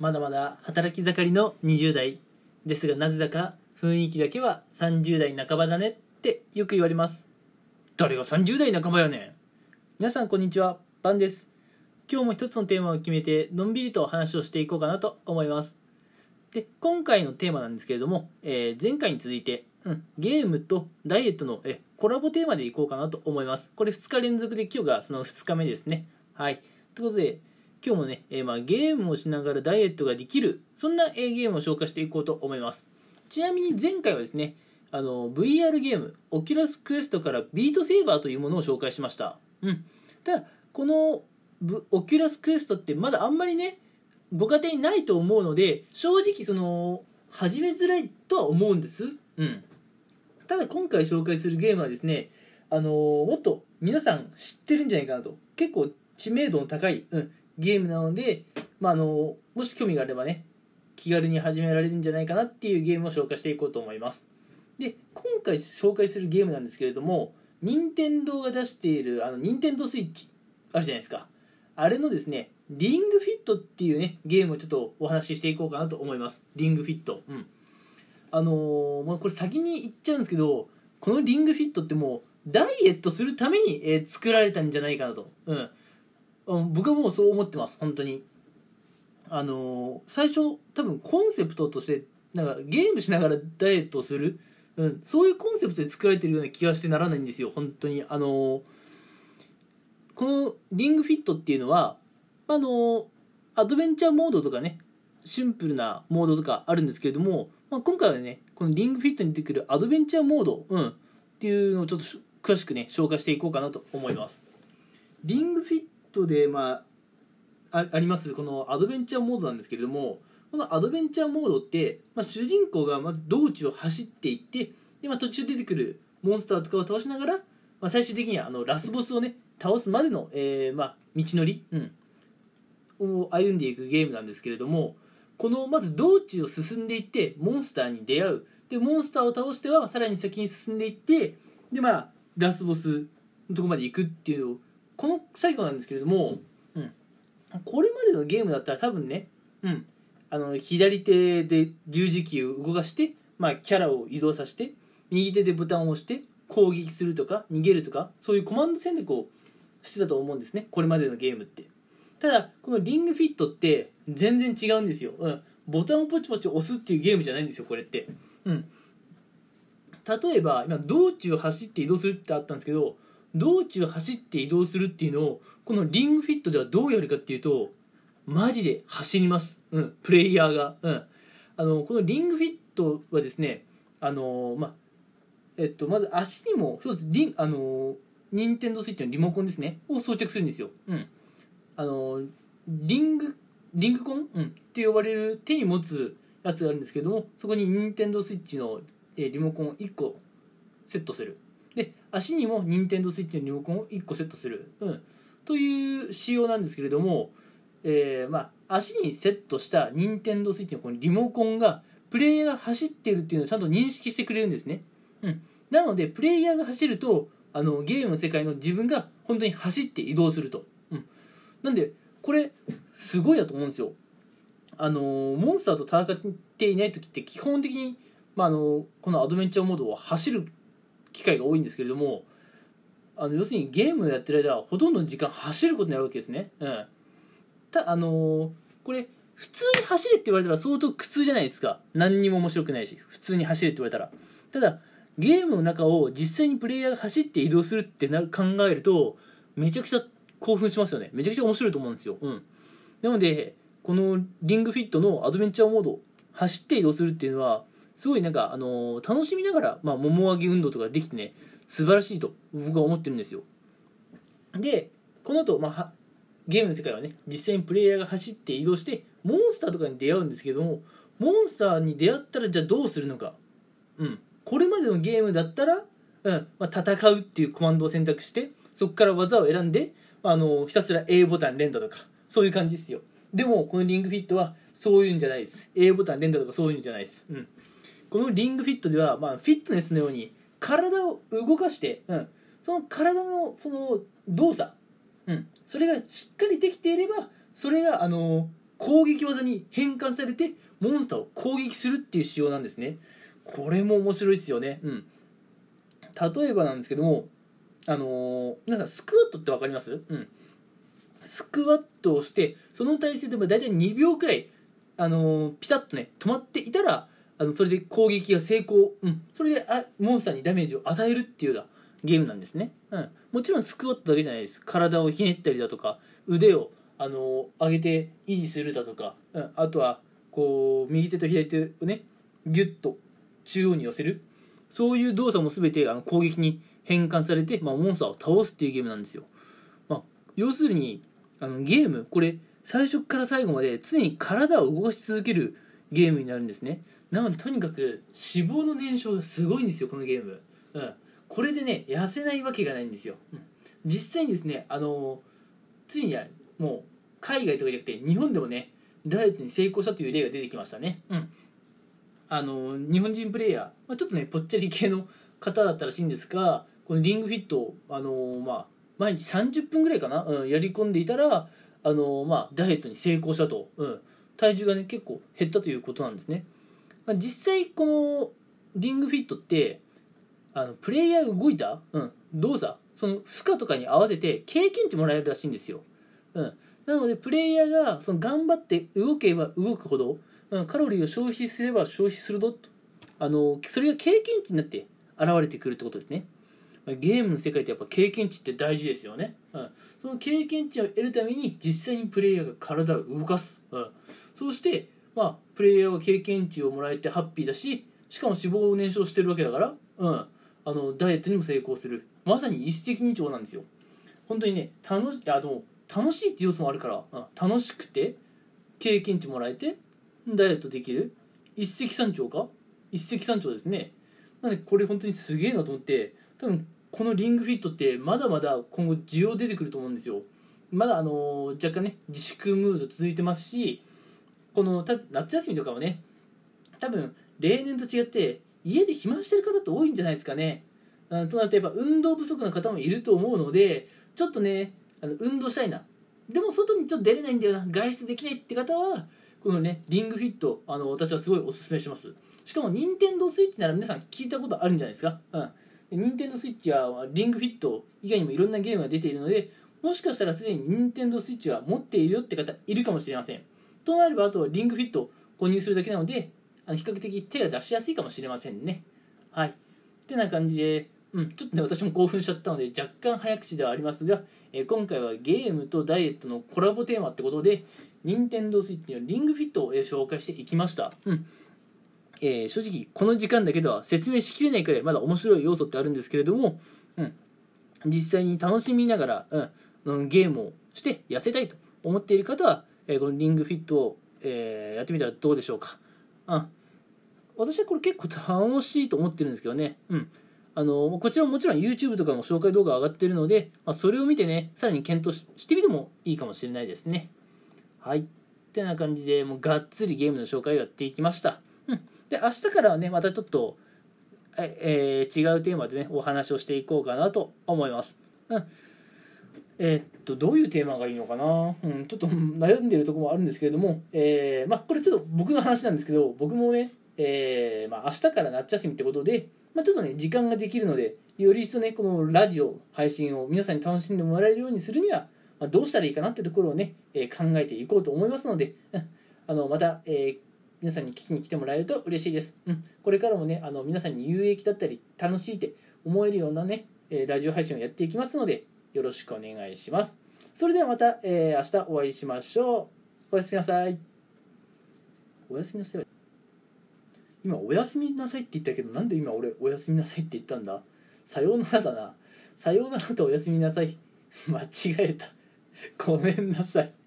まだまだ働き盛りの20代ですが、なぜだか雰囲気だけは30代半ばだねってよく言われます。誰が30代半ばやねん。皆さんこんにちは、パンです。今日も一つのテーマを決めてのんびりと話をしていこうかなと思います。で、今回のテーマなんですけれども、前回に続いて、ゲームとダイエットのコラボテーマでいこうかなと思います。これ2日連続で、今日がその2日目ですね。はい。ということで、今日もね、ゲームをしながらダイエットができる、そんな、ゲームを紹介していこうと思います。ちなみに前回はですね、VR ゲーム、オキュラスクエストからビートセーバーというものを紹介しました。ただ、このオキュラスクエストってまだあんまりね、ご家庭にないと思うので、正直始めづらいとは思うんです。ただ今回紹介するゲームはですね、もっと皆さん知ってるんじゃないかなと、結構知名度の高い、ゲームなので、もし興味があればね、気軽に始められるんじゃないかなっていうゲームを紹介していこうと思います。で、今回紹介するゲームなんですけれども、任天堂が出している任天堂スイッチあるじゃないですか。あれのですね、リングフィットっていうね、ゲームをちょっとお話ししていこうかなと思います。リングフィット。これ先に言っちゃうんですけど、このリングフィットってもうダイエットするために、作られたんじゃないかなと。僕はもうそう思ってます、本当に。最初多分コンセプトとしてなんかゲームしながらダイエットをする、そういうコンセプトで作られてるような気がしてならないんですよ、本当に。このリングフィットっていうのはアドベンチャーモードとかね、シンプルなモードとかあるんですけれども、今回はね、このリングフィットに出てくるアドベンチャーモード、っていうのをちょっと詳しくね紹介していこうかなと思います。リングフィットでありますこのアドベンチャーモードなんですけれども、このアドベンチャーモードって、主人公がまず道中を走っていって、で、途中出てくるモンスターとかを倒しながら、最終的にはラスボスをね倒すまでの、道のり、を歩んでいくゲームなんですけれども、このまず道中を進んでいってモンスターに出会う。でモンスターを倒してはさらに先に進んでいって、でラスボスのとこまで行くっていうこのサイクルなんですけれども、これまでのゲームだったら多分ね、左手で十字キーを動かして、キャラを移動させて、右手でボタンを押して攻撃するとか逃げるとか、そういうコマンド選択をしてたと思うんですね、これまでのゲームって。ただこのリングフィットって全然違うんですよ。ボタンをポチポチ押すっていうゲームじゃないんですよ、これって。例えば今道中走って移動するってあったんですけど、道中走って移動するっていうのをこのリングフィットではどうやるかっていうと、マジで走ります、プレイヤーが。このリングフィットはですね、まず足にも一つニンテンドースイッチのリモコンですねを装着するんですよ。リングコン、って呼ばれる手に持つやつがあるんですけども、そこにニンテンドースイッチのリモコンを1個セットする。で足にもニンテンドースイッチのリモコンを1個セットする、という仕様なんですけれども、足にセットしたニンテンドースイッチのこのリモコンがプレイヤーが走っているっていうのをちゃんと認識してくれるんですね。なのでプレイヤーが走るとゲームの世界の自分が本当に走って移動すると。なんでこれすごいなと思うんですよ。モンスターと戦っていない時って基本的に、このアドベンチャーモードを走る機会が多いんですけれども、要するにゲームをやってる間はほとんどの時間走ることになるわけですね。これ普通に走れって言われたら相当苦痛じゃないですか。何にも面白くないし、普通に走れって言われたら。ただゲームの中を実際にプレイヤーが走って移動するって考えるとめちゃくちゃ興奮しますよね。めちゃくちゃ面白いと思うんですよ。なのでこのリングフィットのアドベンチャーモード走って移動するっていうのはすごい楽しみながら、もも上げ運動とかできてね、素晴らしいと僕は思ってるんですよ。でこの後、ゲームの世界はね、実際にプレイヤーが走って移動してモンスターとかに出会うんですけども、モンスターに出会ったらじゃあどうするのか。これまでのゲームだったら、戦うっていうコマンドを選択して、そこから技を選んで、ひたすら A ボタン連打とかそういう感じですよ。でもこのリングフィットはそういうんじゃないです。 A ボタン連打とかそういうんじゃないです。このリングフィットでは、フィットネスのように体を動かして、その体のその動作、それがしっかりできていれば、それが攻撃技に変換されてモンスターを攻撃するっていう仕様なんですね。これも面白いですよね。例えばなんですけども、皆さんスクワットって分かります？スクワットをしてその体勢でも大体2秒くらい、ピタッとね止まっていたらそれで攻撃が成功、それでモンスターにダメージを与えるっていうようなゲームなんですね。もちろんスクワットだけじゃないです。体をひねったりだとか腕を上げて維持するだとか、あとはこう右手と左手をねギュッと中央に寄せる、そういう動作も全て攻撃に変換されて、モンスターを倒すっていうゲームなんですよ。要するにゲームこれ最初から最後まで常に体を動かし続けるゲームになるんですね。なのでとにかく脂肪の燃焼がすごいんですよこのゲーム。これでね痩せないわけがないんですよ。実際にですねついにはもう海外とかじゃなくて日本でもねダイエットに成功したという例が出てきましたね。日本人プレイヤー、ちょっとねぽっちゃり系の方だったらしいんですが、このリングフィットを毎日30分ぐらいかな、やり込んでいたらダイエットに成功したと、体重がね結構減ったということなんですね。実際このリングフィットってプレイヤーが動いた、動作その負荷とかに合わせて経験値もらえるらしいんですよ。なのでプレイヤーがその頑張って動けば動くほど、カロリーを消費すれば消費するとそれが経験値になって現れてくるってことですね。ゲームの世界ってやっぱ経験値って大事ですよね。その経験値を得るために実際にプレイヤーが体を動かす、そうしてプレイヤーは経験値をもらえてハッピーだし、しかも脂肪を燃焼してるわけだから、ダイエットにも成功する、まさに一石二鳥なんですよ。本当にね楽しいって要素もあるから、楽しくて経験値もらえてダイエットできる、一石三鳥か、一石三鳥ですね。なのでこれ本当にすげえなと思って、多分このリングフィットってまだまだ今後需要出てくると思うんですよ。まだ若干ね自粛ムード続いてますし、この夏休みとかもね多分例年と違って家で暇してる方って多いんじゃないですかね。となるとやっぱ運動不足な方もいると思うので、ちょっとね運動したいな、でも外にちょっと出れないんだよな、外出できないって方はこのねリングフィット私はすごいおすすめします。しかも任天堂スイッチなら皆さん聞いたことあるんじゃないですか。任天堂スイッチはリングフィット以外にもいろんなゲームが出ているので、もしかしたらすでに任天堂スイッチは持っているよって方いるかもしれません。となればあとはリングフィットを購入するだけなので比較的手が出しやすいかもしれませんね。ってな感じで、ちょっとね私も興奮しちゃったので若干早口ではありますが、今回はゲームとダイエットのコラボテーマってことで任天堂スイッチのリングフィットを紹介していきました。正直この時間だけでは説明しきれないくらいまだ面白い要素ってあるんですけれども、実際に楽しみながら、ゲームをして痩せたいと思っている方は、このリングフィットを、やってみたらどうでしょうか。私はこれ結構楽しいと思ってるんですけどね。こちらももちろん YouTube とかも紹介動画上がってるので、それを見てねさらに検討してみてもいいかもしれないですね。ってな感じでもうがっつりゲームの紹介をやっていきました。で明日からはねまたちょっと、違うテーマでねお話をしていこうかなと思います。どういうテーマがいいのかな、ちょっと悩んでるところもあるんですけれども、これちょっと僕の話なんですけど、僕もね、明日から夏休みってことで、ちょっとね時間ができるのでより一層ねこのラジオ配信を皆さんに楽しんでもらえるようにするには、どうしたらいいかなってところをね、考えていこうと思いますので、また、皆さんに聞きに来てもらえると嬉しいです。これからもね皆さんに有益だったり楽しいって思えるようなねラジオ配信をやっていきますのでよろしくお願いします。それではまた、明日お会いしましょう。おやすみなさい。おやすみなさい。今おやすみなさいって言ったけど、なんで今俺おやすみなさいって言ったんだ。さようならだな。さようならとおやすみなさい。間違えた。ごめんなさい。